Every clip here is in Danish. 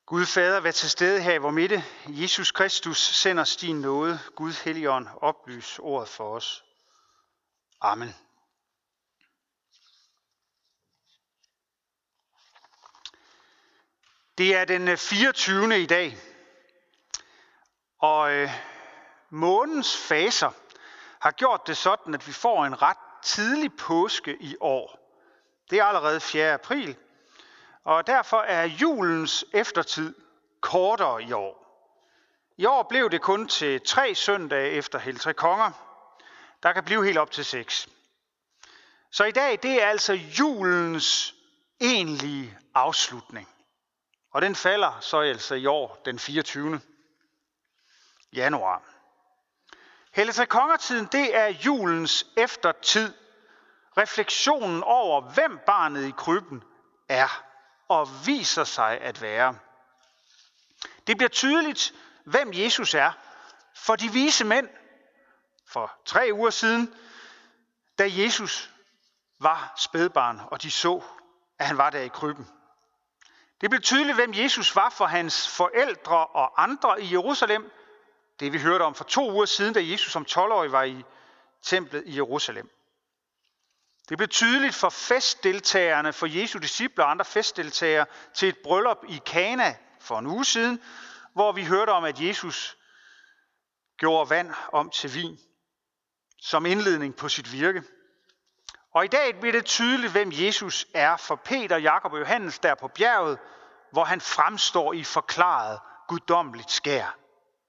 Gud Fader, vær til stede her i vor midte. Jesus Kristus, send os din nåde. Gud Helligånd, oplys ordet for os. Amen. Det er den 24. i dag, og månens faser har gjort det sådan, at vi får en ret tidlig påske i år. Det er allerede 4. april, og derfor er julens eftertid kortere i år. I år blev det kun til 3 søndage efter Helligtrekonger. Der kan blive helt op til 6. Så i dag, det er altså julens egentlige afslutning. Og den falder så altså i år den 24. januar. Helligtrekongertiden, det er julens eftertid. Refleksionen over, hvem barnet i krybben er og viser sig at være. Det bliver tydeligt, hvem Jesus er, for de vise mænd for 3 uger siden, da Jesus var spædbarn, og de så, at han var der i krybben. Det blev tydeligt, hvem Jesus var for hans forældre og andre i Jerusalem. Det vi hørte om for 2 uger siden, da Jesus som 12-årig var i templet i Jerusalem. Det blev tydeligt for festdeltagerne, for Jesu disciple og andre festdeltagere til et bryllup i Kana for en uge siden, hvor vi hørte om, at Jesus gjorde vand om til vin som indledning på sit virke. Og i dag bliver det tydeligt, hvem Jesus er for Peter, Jakob og Johannes der på bjerget, hvor han fremstår i forklaret guddommeligt skær.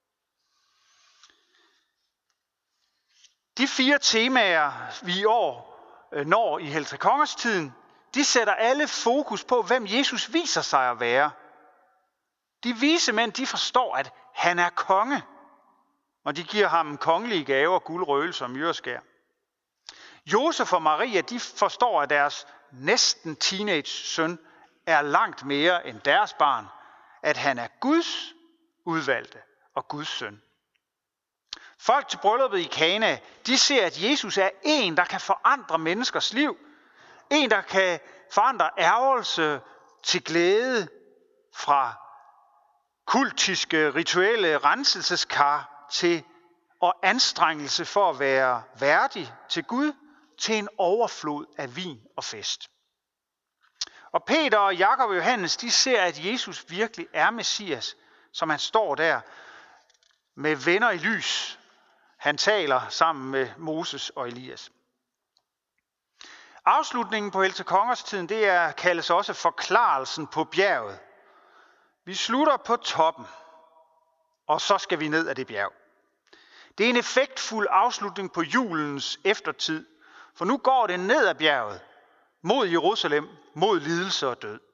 De 4 temaer, vi i år når i Helligtrekongerstiden, de sætter alle fokus på, hvem Jesus viser sig at være. De vise mænd, de forstår, at han er konge, og de giver ham kongelige gaver, guld, røgelse og myreskær. Josef og Maria, de forstår, at deres næsten teenage søn er langt mere end deres barn, at han er Guds udvalgte og Guds søn. Folk til brylluppet i Kana, de ser, at Jesus er en, der kan forandre menneskers liv. En, der kan forandre ærgelse til glæde fra kultiske, rituelle renselseskar til og anstrengelse for at være værdig til Gud, til en overflod af vin og fest. Og Peter og Jakob og Johannes, de ser, at Jesus virkelig er Messias, som han står der med venner i lys. Han taler sammen med Moses og Elias. Afslutningen på Helligtrekongerstiden, det kaldes også forklarelsen på bjerget. Vi slutter på toppen, og så skal vi ned ad det bjerg. Det er en effektfuld afslutning på julens eftertid, for nu går det ned ad bjerget, mod Jerusalem, mod lidelse og død.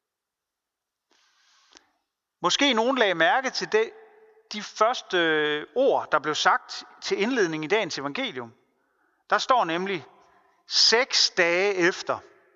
Måske nogen lagde mærke til de første ord, der blev sagt til indledning i dagens evangelium. Der står nemlig, 6 dage efter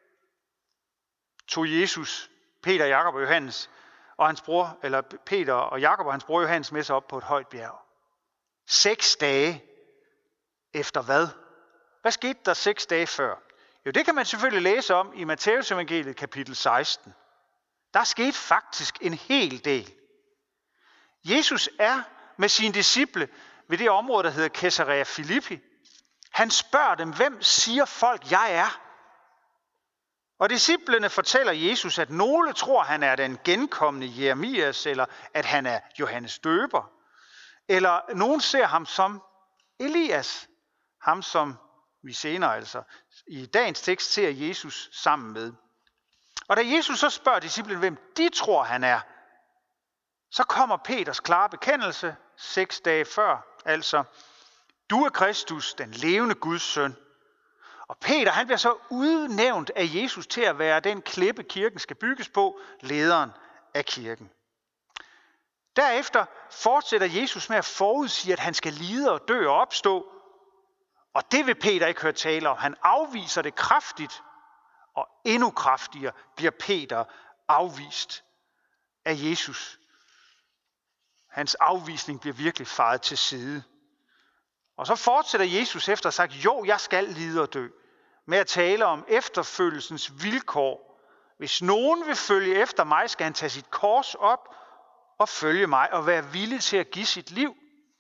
tog Jesus, Peter, Jakob og Johannes og hans bror, eller Peter og Jakob og hans bror Johannes med sig op på et højt bjerg. 6 dage efter hvad? Hvad skete der 6 dage før? Jo, det kan man selvfølgelig læse om i Matthæus evangeliet kapitel 16. Der skete faktisk en hel del. Jesus er med sine disciple ved det område, der hedder Caesarea Philippi. Han spørger dem, hvem siger folk, jeg er? Og disciplene fortæller Jesus, at nogle tror, han er den genkomne Jeremias, eller at han er Johannes Døber. Eller nogen ser ham som Elias, ham som vi senere altså i dagens tekst ser Jesus sammen med. Og da Jesus så spørger disciplen, hvem de tror han er, så kommer Peters klare bekendelse 6 dage før, altså, du er Kristus, den levende Guds søn. Og Peter, han bliver så udnævnt af Jesus til at være den klippe, kirken skal bygges på, lederen af kirken. Derefter fortsætter Jesus med at forudsige, at han skal lide og dø og opstå. Og det vil Peter ikke høre tale om. Han afviser det kraftigt, og endnu kraftigere bliver Peter afvist af Jesus. Hans afvisning bliver virkelig fejet til side. Og så fortsætter Jesus efter at have sagt, jo, jeg skal lide og dø, med at tale om efterfølgelsens vilkår, Hvis nogen vil følge efter mig, skal han tage sit kors op og følge mig og være villig til at give sit liv.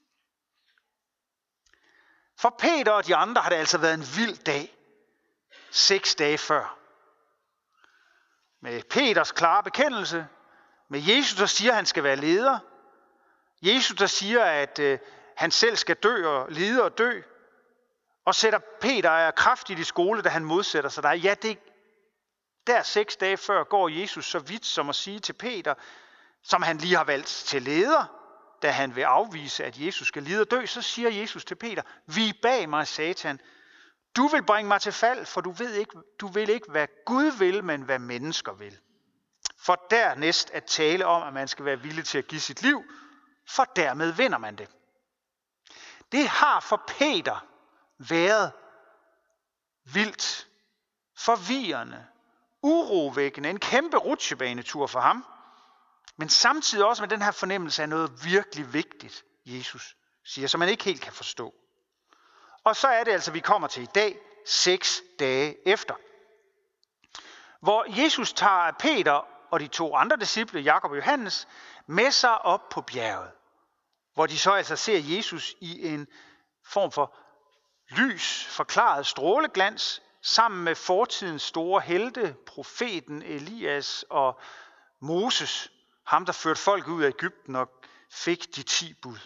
For Peter og de andre har det altså været en vild dag. 6 dage før. Med Peters klare bekendelse. Med Jesus, der siger, at han skal være leder. Jesus, der siger, at han selv skal dø og lide og dø. Og sætter Peter kraftigt i skole, da han modsætter sig dig. Ja, der 6 dage før går Jesus så vidt som at sige til Peter, som han lige har valgt til leder, da han vil afvise, at Jesus skal lide og dø, så siger Jesus til Peter, vig bag mig, Satan. Du vil bringe mig til fald, for du vil ikke, hvad Gud vil, men hvad mennesker vil. For dernæst at tale om, at man skal være villig til at give sit liv, for dermed vinder man det. Det har for Peter været vildt, forvirrende, urovækkende, en kæmpe rutsjebanetur for ham, men samtidig også med den her fornemmelse af noget virkelig vigtigt, Jesus siger, som man ikke helt kan forstå. Og så er det altså, vi kommer til i dag, 6 dage efter, hvor Jesus tager Peter og de 2 andre disciple, Jakob og Johannes, med sig op på bjerget, hvor de så altså ser Jesus i en form for lys, forklaret stråleglans, sammen med fortidens store helte, profeten Elias og Moses, ham der førte folk ud af Egypten og fik de 10 bud.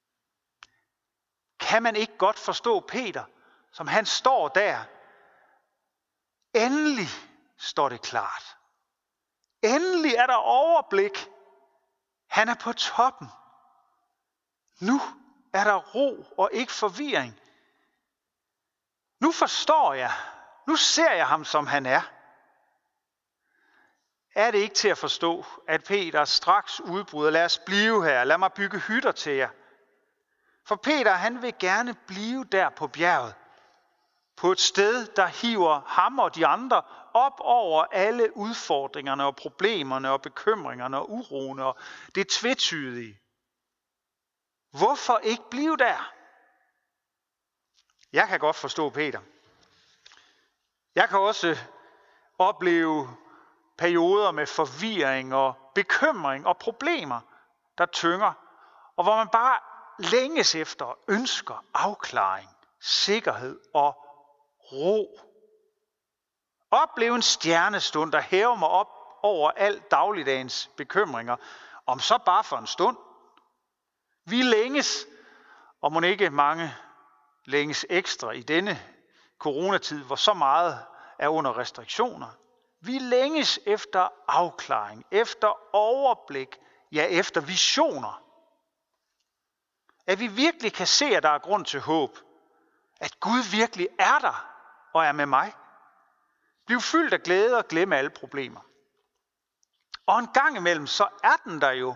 Kan man ikke godt forstå Peter, som han står der? Endelig står det klart. Endelig er der overblik. Han er på toppen. Nu er der ro og ikke forvirring. Nu forstår jeg. Nu ser jeg ham, som han er. Er det ikke til at forstå, at Peter straks udbryder, lad os blive her, lad mig bygge hytter til jer. For Peter, han vil gerne blive der på bjerget, på et sted, der hiver ham og de andre op over alle udfordringerne og problemerne og bekymringerne og uroen og det tvetydige. Hvorfor ikke blive der? Jeg kan godt forstå Peter. Jeg kan også opleve perioder med forvirring og bekymring og problemer, der tynger, og hvor man bare længes efter og ønsker afklaring, sikkerhed og ro. Opleve en stjernestund, der hæver mig op over al dagligdagens bekymringer, om så bare for en stund. Vi længes, og må ikke mange længes ekstra i denne coronatid, hvor så meget er under restriktioner. Vi længes efter afklaring, efter overblik, ja efter visioner. At vi virkelig kan se, at der er grund til håb. At Gud virkelig er der og er med mig. Bliv fyldt af glæde og glemme alle problemer. Og en gang imellem, så er den der jo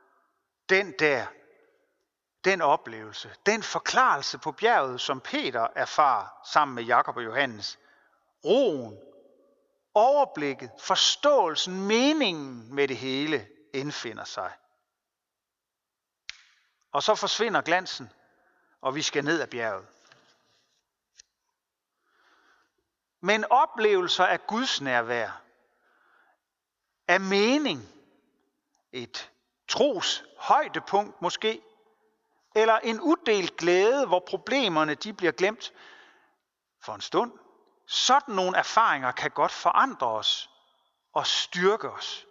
den oplevelse, den forklarelse på bjerget, som Peter erfarer sammen med Jakob og Johannes. Roen, overblikket, forståelsen, meningen med det hele indfinder sig. Og så forsvinder glansen, og vi skal ned ad bjerget. Men oplevelser af Guds nærvær, af mening, et tros højdepunkt måske, eller en uddelt glæde, hvor problemerne de bliver glemt for en stund. Sådan nogle erfaringer kan godt forandre os og styrke os.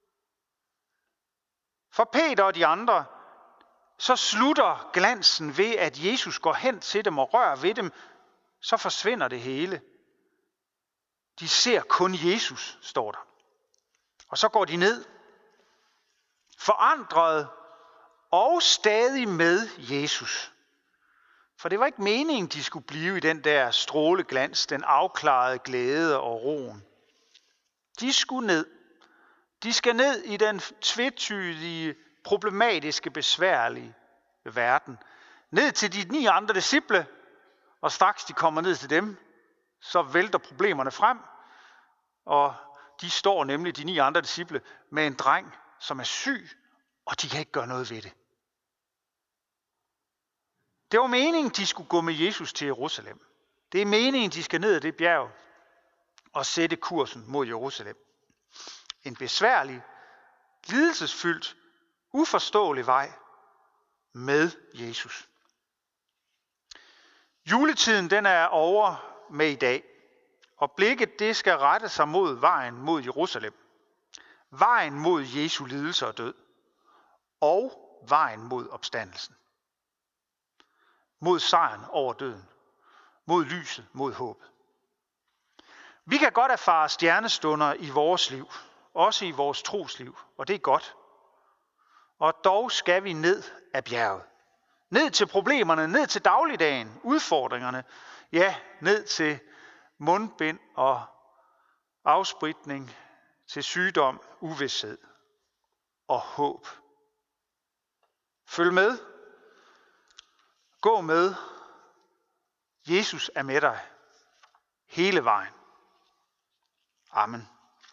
For Peter og de andre, så slutter glansen ved, at Jesus går hen til dem og rører ved dem, så forsvinder det hele. De ser kun Jesus, står der. Og så går de ned, forandret og stadig med Jesus. For det var ikke meningen, de skulle blive i den der stråleglans, den afklarede glæde og roen. De skulle ned. De skal ned i den tvetydige, problematiske, besværlige verden. Ned til de 9 andre disciple, og straks de kommer ned til dem, så vælter problemerne frem. Og de står nemlig, de 9 andre disciple, med en dreng, som er syg, og de kan ikke gøre noget ved det. Det var meningen, de skulle gå med Jesus til Jerusalem. Det er meningen, de skal ned ad det bjerg og sætte kursen mod Jerusalem. En besværlig, lidelsesfyldt, uforståelig vej med Jesus. Juletiden den er over med i dag, og blikket det skal rette sig mod vejen mod Jerusalem. Vejen mod Jesu lidelse og død. Og vejen mod opstandelsen. Mod sejren over døden. Mod lyset, mod håbet. Vi kan godt erfare stjernestunder i vores liv, også i vores trosliv, og det er godt. Og dog skal vi ned af bjerget. Ned til problemerne, ned til dagligdagen, udfordringerne, ja, ned til mundbind og afspritning, til sygdom, uvished og håb. Følg med. Gå med. Jesus er med dig hele vejen. Amen.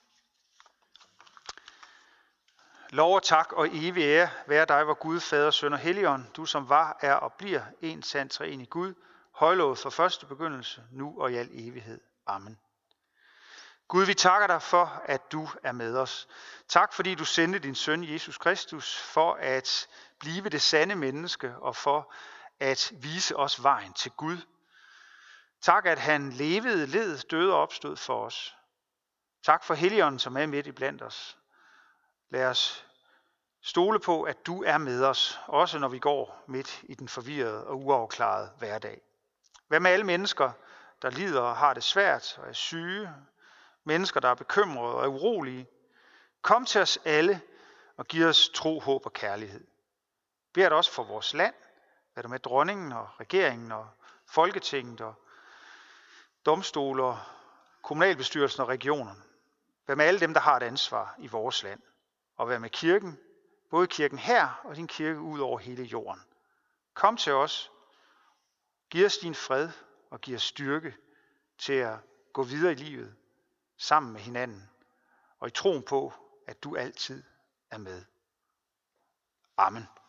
Lov og tak og evig ære være dig, vor Gud, Fader, Søn og Helligånd, du som var, er og bliver en sand treenig Gud, højlovet fra første begyndelse, nu og i al evighed. Amen. Gud, vi takker dig for, at du er med os. Tak, fordi du sendte din søn Jesus Kristus for at blive det sande menneske og for at vise os vejen til Gud. Tak, at han levede, led, døde og opstod for os. Tak for Helligånden, som er midt i blandt os. Lad os stole på, at du er med os, også når vi går midt i den forvirrede og uafklarede hverdag. Hvad med alle mennesker, der lider og har det svært og er syge? Mennesker, der er bekymrede og er urolige? Kom til os alle og giv os tro, håb og kærlighed. Bed dig også for vores land. Vær du med dronningen og regeringen og Folketinget og domstoler, kommunalbestyrelsen og regionen. Vær med alle dem, der har et ansvar i vores land. Og vær med kirken, både kirken her og din kirke ud over hele jorden. Kom til os. Giv os din fred og giv os styrke til at gå videre i livet sammen med hinanden og i troen på, at du altid er med. Amen.